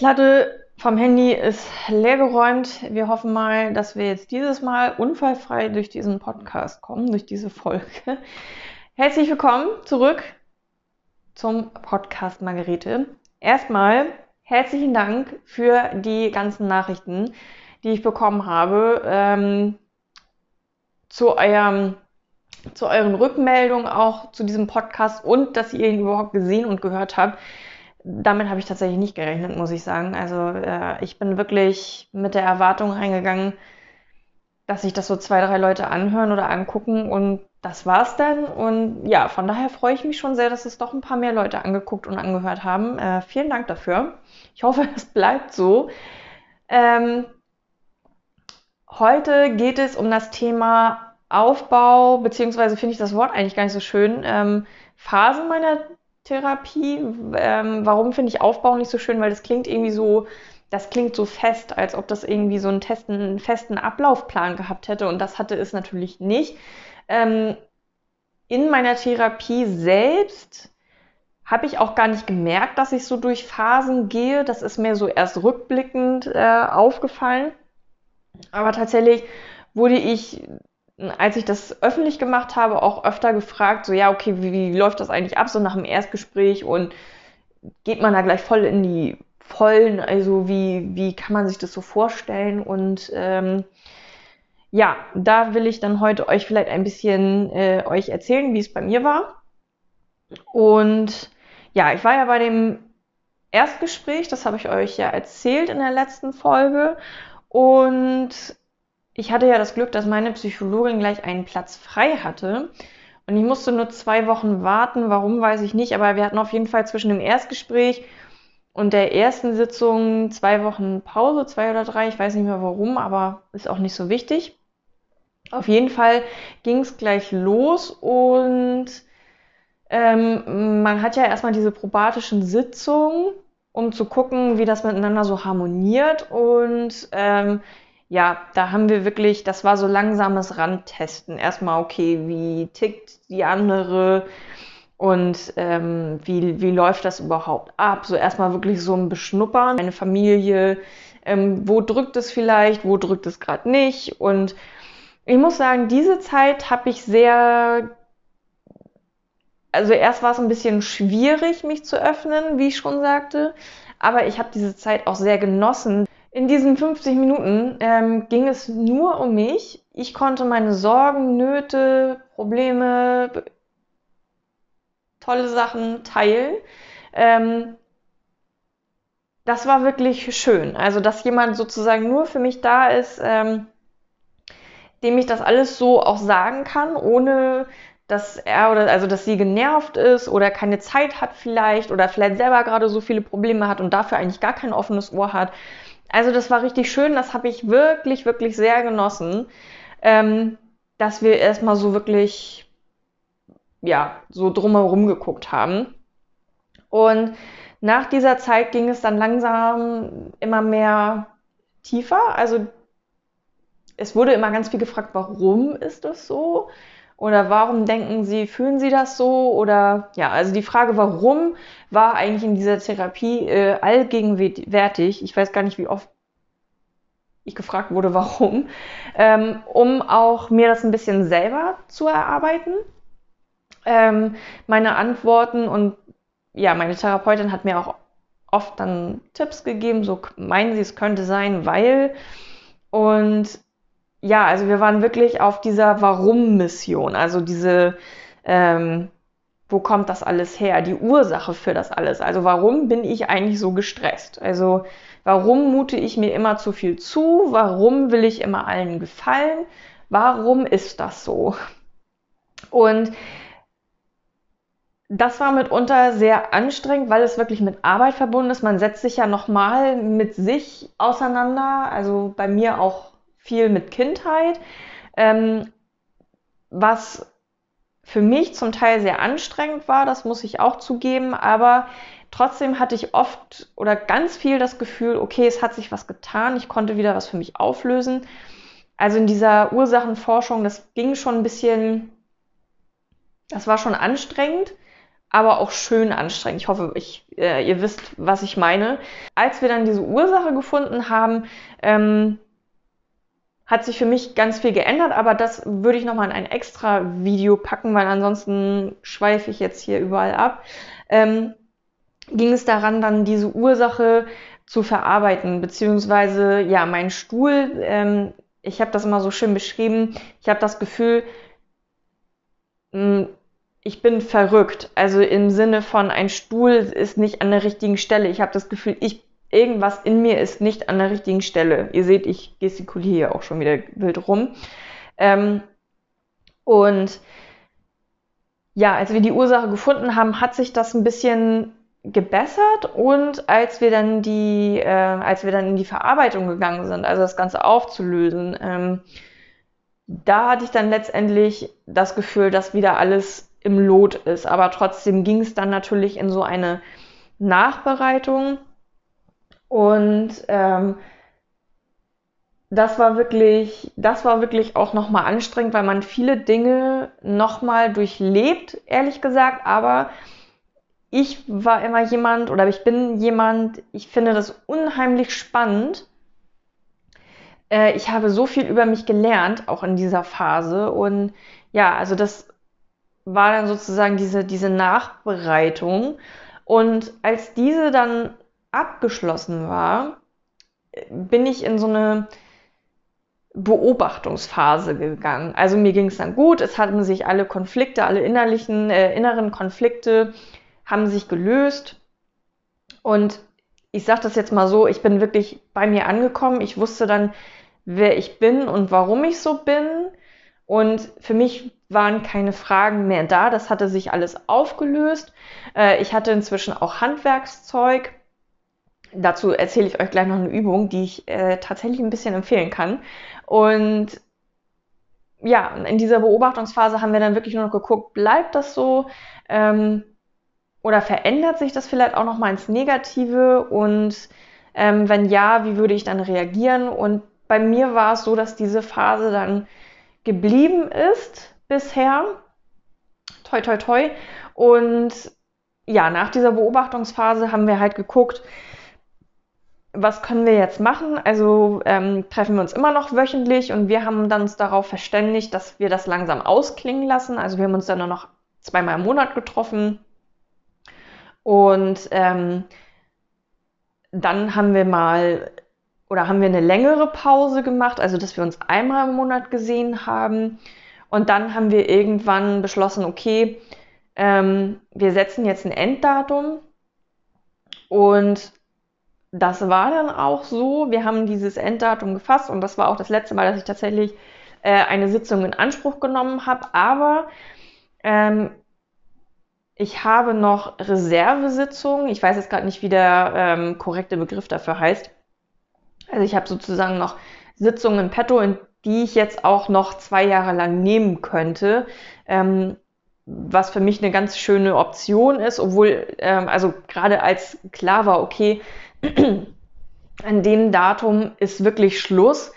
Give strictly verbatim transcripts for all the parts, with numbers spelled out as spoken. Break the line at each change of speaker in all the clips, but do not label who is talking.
Festplatte vom Handy ist leergeräumt. Wir hoffen mal, dass wir jetzt dieses Mal unfallfrei durch diesen Podcast kommen, durch diese Folge. Herzlich willkommen zurück zum Podcast Margarete. Erstmal herzlichen Dank für die ganzen Nachrichten, die ich bekommen habe, ähm, zu eurem zu euren Rückmeldungen auch zu diesem Podcast und dass ihr ihn überhaupt gesehen und gehört habt. Damit habe ich tatsächlich nicht gerechnet, muss ich sagen. Also äh, ich bin wirklich mit der Erwartung reingegangen, dass sich das so zwei, drei Leute anhören oder angucken und das war's dann. Und ja, von daher freue ich mich schon sehr, dass es doch ein paar mehr Leute angeguckt und angehört haben. Äh, vielen Dank dafür. Ich hoffe, es bleibt so. Ähm, heute geht es um das Thema Aufbau, beziehungsweise finde ich das Wort eigentlich gar nicht so schön, ähm, Phasen meiner Therapie. Ähm, warum finde ich Aufbau nicht so schön? Weil das klingt irgendwie so, das klingt so fest, als ob das irgendwie so einen, testen, einen festen Ablaufplan gehabt hätte und das hatte es natürlich nicht. Ähm, in meiner Therapie selbst habe ich auch gar nicht gemerkt, dass ich so durch Phasen gehe. Das ist mir so erst rückblickend äh, aufgefallen. Aber tatsächlich wurde ich, als ich das öffentlich gemacht habe, auch öfter gefragt, so ja, okay, wie, wie läuft das eigentlich ab, so nach dem Erstgespräch und geht man da gleich voll in die Vollen, also wie, wie kann man sich das so vorstellen und ähm, ja, da will ich dann heute euch vielleicht ein bisschen äh, euch erzählen, wie es bei mir war und ja, ich war ja bei dem Erstgespräch, das habe ich euch ja erzählt in der letzten Folge und ich hatte ja das Glück, dass meine Psychologin gleich einen Platz frei hatte. Und ich musste nur zwei Wochen warten. Warum, weiß ich nicht. Aber wir hatten auf jeden Fall zwischen dem Erstgespräch und der ersten Sitzung zwei Wochen Pause, zwei oder drei. Ich weiß nicht mehr warum, aber ist auch nicht so wichtig. Auf jeden Fall ging es gleich los und ähm, man hat ja erstmal diese probatischen Sitzungen, um zu gucken, wie das miteinander so harmoniert. Und ähm, ja, da haben wir wirklich, das war so langsames Randtesten. Erstmal, okay, wie tickt die andere und ähm, wie, wie läuft das überhaupt ab? So erstmal wirklich so ein Beschnuppern, eine Familie, ähm, wo drückt es vielleicht, wo drückt es gerade nicht. Und ich muss sagen, diese Zeit habe ich sehr, also erst war es ein bisschen schwierig, mich zu öffnen, wie ich schon sagte, aber ich habe diese Zeit auch sehr genossen. In diesen fünfzig Minuten ähm, ging es nur um mich. Ich konnte meine Sorgen, Nöte, Probleme, tolle Sachen teilen. Ähm, das war wirklich schön. Also, dass jemand sozusagen nur für mich da ist, ähm, dem ich das alles so auch sagen kann, ohne dass er oder also dass sie genervt ist oder keine Zeit hat vielleicht oder vielleicht selber gerade so viele Probleme hat und dafür eigentlich gar kein offenes Ohr hat. Also das war richtig schön, das habe ich wirklich, wirklich sehr genossen, ähm, dass wir erstmal so wirklich, ja, so drumherum geguckt haben. Und nach dieser Zeit ging es dann langsam immer mehr tiefer. Also es wurde immer ganz viel gefragt, warum ist das so? Oder warum denken Sie, fühlen Sie das so? Oder ja, also die Frage, warum, war eigentlich in dieser Therapie äh, allgegenwärtig. Ich weiß gar nicht, wie oft ich gefragt wurde, warum, ähm, um auch mir das ein bisschen selber zu erarbeiten. Ähm, meine Antworten und ja, meine Therapeutin hat mir auch oft dann Tipps gegeben, so meinen Sie, es könnte sein, weil und ja, also wir waren wirklich auf dieser Warum-Mission, also diese, ähm, wo kommt das alles her, die Ursache für das alles. Also warum bin ich eigentlich so gestresst? Also warum mute ich mir immer zu viel zu? Warum will ich immer allen gefallen? Warum ist das so? Und das war mitunter sehr anstrengend, weil es wirklich mit Arbeit verbunden ist. Man setzt sich ja nochmal mit sich auseinander, also bei mir auch viel mit Kindheit, ähm, was für mich zum Teil sehr anstrengend war, das muss ich auch zugeben, aber trotzdem hatte ich oft oder ganz viel das Gefühl, okay, es hat sich was getan, ich konnte wieder was für mich auflösen. Also in dieser Ursachenforschung, das ging schon ein bisschen, das war schon anstrengend, aber auch schön anstrengend. Ich hoffe, ich, äh, ihr wisst, was ich meine. Als wir dann diese Ursache gefunden haben, ähm, hat sich für mich ganz viel geändert, aber das würde ich nochmal in ein extra Video packen, weil ansonsten schweife ich jetzt hier überall ab. Ähm, ging es daran, dann diese Ursache zu verarbeiten, beziehungsweise, ja, mein Stuhl, ähm, ich habe das immer so schön beschrieben, ich habe das Gefühl, mh, ich bin verrückt, also im Sinne von, ein Stuhl ist nicht an der richtigen Stelle. Ich habe das Gefühl, ich, irgendwas in mir ist nicht an der richtigen Stelle. Ihr seht, ich gestikuliere hier auch schon wieder wild rum. Ähm, und ja, als wir die Ursache gefunden haben, hat sich das ein bisschen gebessert, und als wir dann die, äh, als wir dann in die Verarbeitung gegangen sind, also das Ganze aufzulösen, ähm, da hatte ich dann letztendlich das Gefühl, dass wieder alles im Lot ist. Aber trotzdem ging es dann natürlich in so eine Nachbereitung, und ähm, das war wirklich, das war wirklich auch nochmal anstrengend, weil man viele Dinge nochmal durchlebt, ehrlich gesagt. Aber ich war immer jemand, oder ich bin jemand, ich finde das unheimlich spannend. Äh, ich habe so viel über mich gelernt, auch in dieser Phase. Und ja, also das war dann sozusagen diese, diese Nachbereitung. Und als diese dann abgeschlossen war, bin ich in so eine Beobachtungsphase gegangen. Also mir ging es dann gut, es hatten sich alle Konflikte, alle innerlichen, äh, inneren Konflikte haben sich gelöst. Und ich sage das jetzt mal so, ich bin wirklich bei mir angekommen. Ich wusste dann, wer ich bin und warum ich so bin. Und für mich waren keine Fragen mehr da. Das hatte sich alles aufgelöst. Äh, ich hatte inzwischen auch Handwerkszeug. Dazu erzähle ich euch gleich noch eine Übung, die ich äh, tatsächlich ein bisschen empfehlen kann. Und ja, in dieser Beobachtungsphase haben wir dann wirklich nur noch geguckt, bleibt das so? Ähm, oder verändert sich das vielleicht auch noch mal ins Negative? Und ähm, wenn ja, wie würde ich dann reagieren? Und bei mir war es so, dass diese Phase dann geblieben ist bisher. Toi, toi, toi. Und ja, nach dieser Beobachtungsphase haben wir halt geguckt, was können wir jetzt machen? Also ähm, treffen wir uns immer noch wöchentlich, und wir haben dann uns darauf verständigt, dass wir das langsam ausklingen lassen. Also wir haben uns dann nur noch zweimal im Monat getroffen, und ähm, dann haben wir mal oder haben wir eine längere Pause gemacht, also dass wir uns einmal im Monat gesehen haben, und dann haben wir irgendwann beschlossen, okay, ähm, wir setzen jetzt ein Enddatum, und das war dann auch so. Wir haben dieses Enddatum gefasst, und das war auch das letzte Mal, dass ich tatsächlich äh, eine Sitzung in Anspruch genommen habe. Aber ähm, ich habe noch Reservesitzungen. Ich weiß jetzt gerade nicht, wie der ähm, korrekte Begriff dafür heißt. Also ich habe sozusagen noch Sitzungen in petto, in die ich jetzt auch noch zwei Jahre lang nehmen könnte. Ähm, was für mich eine ganz schöne Option ist, obwohl, ähm, also gerade als klar war, okay, an dem Datum ist wirklich Schluss,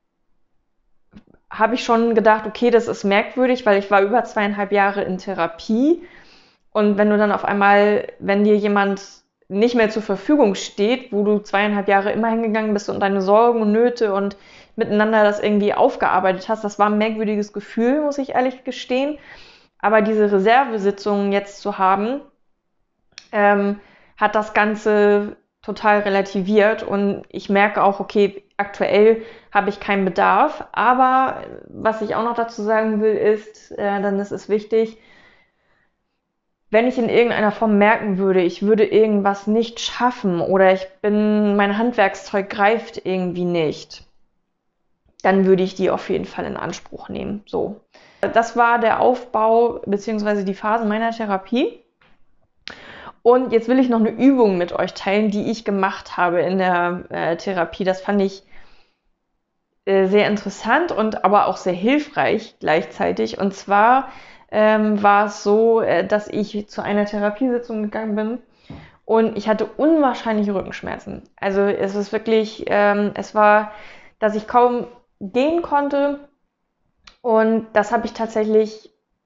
habe ich schon gedacht, okay, das ist merkwürdig, weil ich war über zweieinhalb Jahre in Therapie, und wenn du dann auf einmal, wenn dir jemand nicht mehr zur Verfügung steht, wo du zweieinhalb Jahre immer hingegangen bist und deine Sorgen und Nöte und miteinander das irgendwie aufgearbeitet hast, das war ein merkwürdiges Gefühl, muss ich ehrlich gestehen. Aber diese Reservesitzungen jetzt zu haben, ähm, hat das Ganze total relativiert, und ich merke auch, okay, aktuell habe ich keinen Bedarf, aber was ich auch noch dazu sagen will, ist, äh, dann ist es wichtig, wenn ich in irgendeiner Form merken würde, ich würde irgendwas nicht schaffen, oder ich bin, mein Handwerkszeug greift irgendwie nicht, dann würde ich die auf jeden Fall in Anspruch nehmen. So. Das war der Aufbau bzw. die Phase meiner Therapie. Und jetzt will ich noch eine Übung mit euch teilen, die ich gemacht habe in der äh, Therapie. Das fand ich äh, sehr interessant und aber auch sehr hilfreich gleichzeitig. Und zwar ähm, war es so, äh, dass ich zu einer Therapiesitzung gegangen bin, und ich hatte unwahrscheinliche Rückenschmerzen. Also es ist wirklich, ähm, es war, dass ich kaum gehen konnte, und das habe ich tatsächlich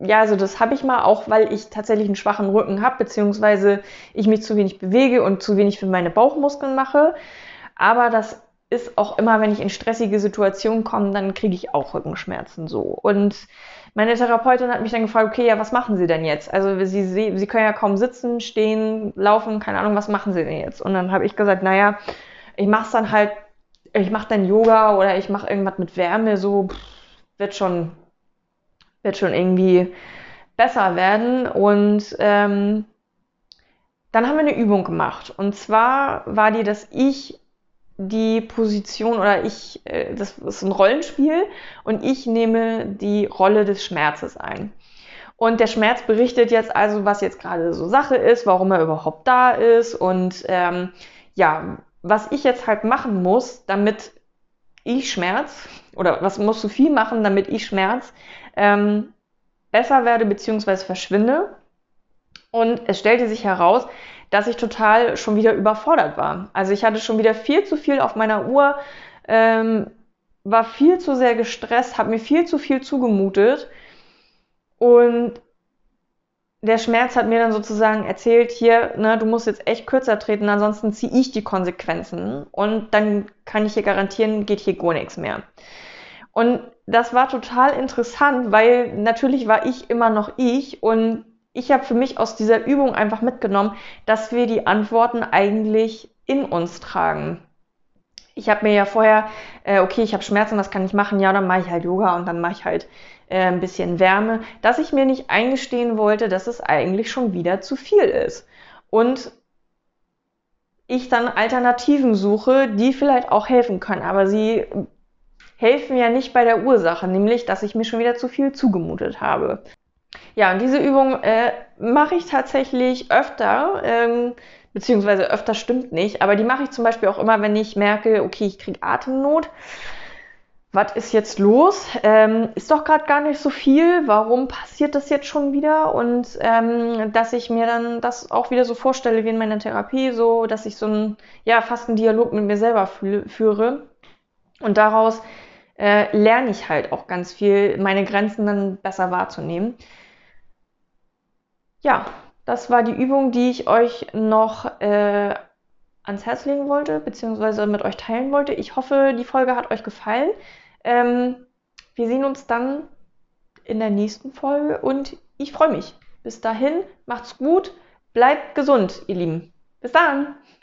ja, also das habe ich mal, auch weil ich tatsächlich einen schwachen Rücken habe, beziehungsweise ich mich zu wenig bewege und zu wenig für meine Bauchmuskeln mache. Aber das ist auch immer, wenn ich in stressige Situationen komme, dann kriege ich auch Rückenschmerzen so. Und meine Therapeutin hat mich dann gefragt, okay, ja, was machen Sie denn jetzt? Also Sie, Sie, Sie können ja kaum sitzen, stehen, laufen, keine Ahnung, was machen Sie denn jetzt? Und dann habe ich gesagt, naja, ich mache es dann halt, ich mache dann Yoga oder ich mache irgendwas mit Wärme, so pff, wird schon, wird schon irgendwie besser werden. Und ähm, dann haben wir eine Übung gemacht. Und zwar war die, dass ich die Position oder ich, äh, das ist ein Rollenspiel und ich nehme die Rolle des Schmerzes ein. Und der Schmerz berichtet jetzt also, was jetzt gerade so Sache ist, warum er überhaupt da ist und ähm, ja, was ich jetzt halt machen muss, damit ich Schmerz oder was muss Sophie machen, damit ich Schmerz ähm, besser werde bzw. verschwinde. Und es stellte sich heraus, dass ich total schon wieder überfordert war. Also ich hatte schon wieder viel zu viel auf meiner Uhr, ähm, war viel zu sehr gestresst, habe mir viel zu viel zugemutet und der Schmerz hat mir dann sozusagen erzählt, hier, ne, du musst jetzt echt kürzer treten, ansonsten ziehe ich die Konsequenzen und dann kann ich hier garantieren, geht hier gar nichts mehr. Und das war total interessant, weil natürlich war ich immer noch ich und ich habe für mich aus dieser Übung einfach mitgenommen, dass wir die Antworten eigentlich in uns tragen. Ich habe mir ja vorher, äh, okay, ich habe Schmerzen, was kann ich machen? Ja, dann mache ich halt Yoga und dann mache ich halt äh, ein bisschen Wärme, dass ich mir nicht eingestehen wollte, dass es eigentlich schon wieder zu viel ist. Und ich dann Alternativen suche, die vielleicht auch helfen können, aber sie helfen ja nicht bei der Ursache, nämlich, dass ich mir schon wieder zu viel zugemutet habe. Ja, und diese Übung äh, mache ich tatsächlich öfter, ähm, beziehungsweise öfter stimmt nicht, aber die mache ich zum Beispiel auch immer, wenn ich merke, okay, ich kriege Atemnot. Was ist jetzt los? Ähm, ist doch gerade gar nicht so viel. Warum passiert das jetzt schon wieder? Und ähm, dass ich mir dann das auch wieder so vorstelle wie in meiner Therapie, so dass ich so ein, ja, fast einen Dialog mit mir selber fühle, führe. Und daraus äh, lerne ich halt auch ganz viel, meine Grenzen dann besser wahrzunehmen. Ja, das war die Übung, die ich euch noch äh, ans Herz legen wollte, beziehungsweise mit euch teilen wollte. Ich hoffe, die Folge hat euch gefallen. Ähm, wir sehen uns dann in der nächsten Folge und ich freue mich. Bis dahin, macht's gut, bleibt gesund, ihr Lieben. Bis dann!